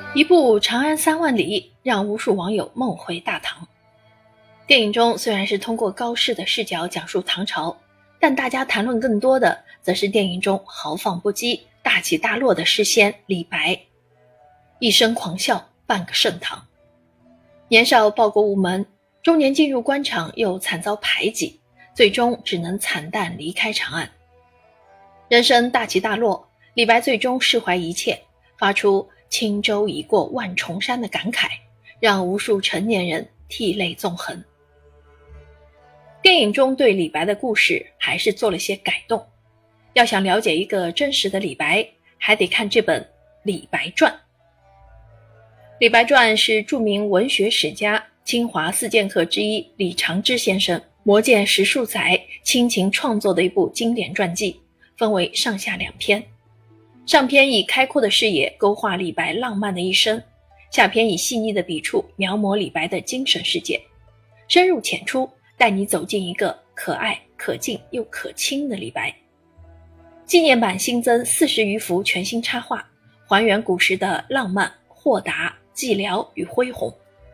一部《长安三万里》让无数网友梦回大唐。电影中虽然是通过高适的视角讲述唐朝，但大家谈论更多的则是电影中豪放不羁、大起大落的诗仙李白。一生狂笑，半个盛唐。年少报国无门，中年进入官场又惨遭排挤，最终只能惨淡离开长安。人生大起大落，李白最终释怀一切，发出轻舟已过万重山的感慨，让无数成年人涕泪纵横。电影中对李白的故事还是做了些改动，要想了解一个真实的李白，还得看这本《李白传》。《李白传》是著名文学史家、清华四剑客之一李长之先生磨剑十数载倾情创作的一部经典传记，分为上下两篇。上篇以开阔的视野勾画李白浪漫的一生，下篇以细腻的笔触描摹李白的精神世界，深入浅出，带你走进一个可爱可敬又可亲的李白。纪念版新增40余幅全新插画，还原古时的浪漫、豁达、寂寥与恢宏。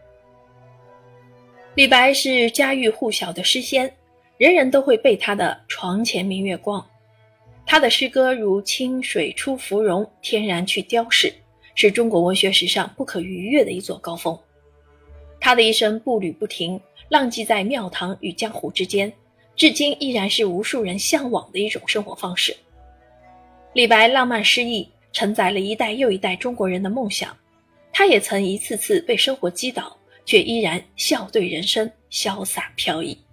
李白是家喻户晓的诗仙，人人都会背他的床前明月光。他的诗歌如清水出芙蓉，天然去雕饰，是中国文学史上不可逾越的一座高峰。他的一生步履不停，浪迹在庙堂与江湖之间，至今依然是无数人向往的一种生活方式。李白浪漫诗意，承载了一代又一代中国人的梦想。他也曾一次次被生活击倒，却依然笑对人生，潇洒飘逸。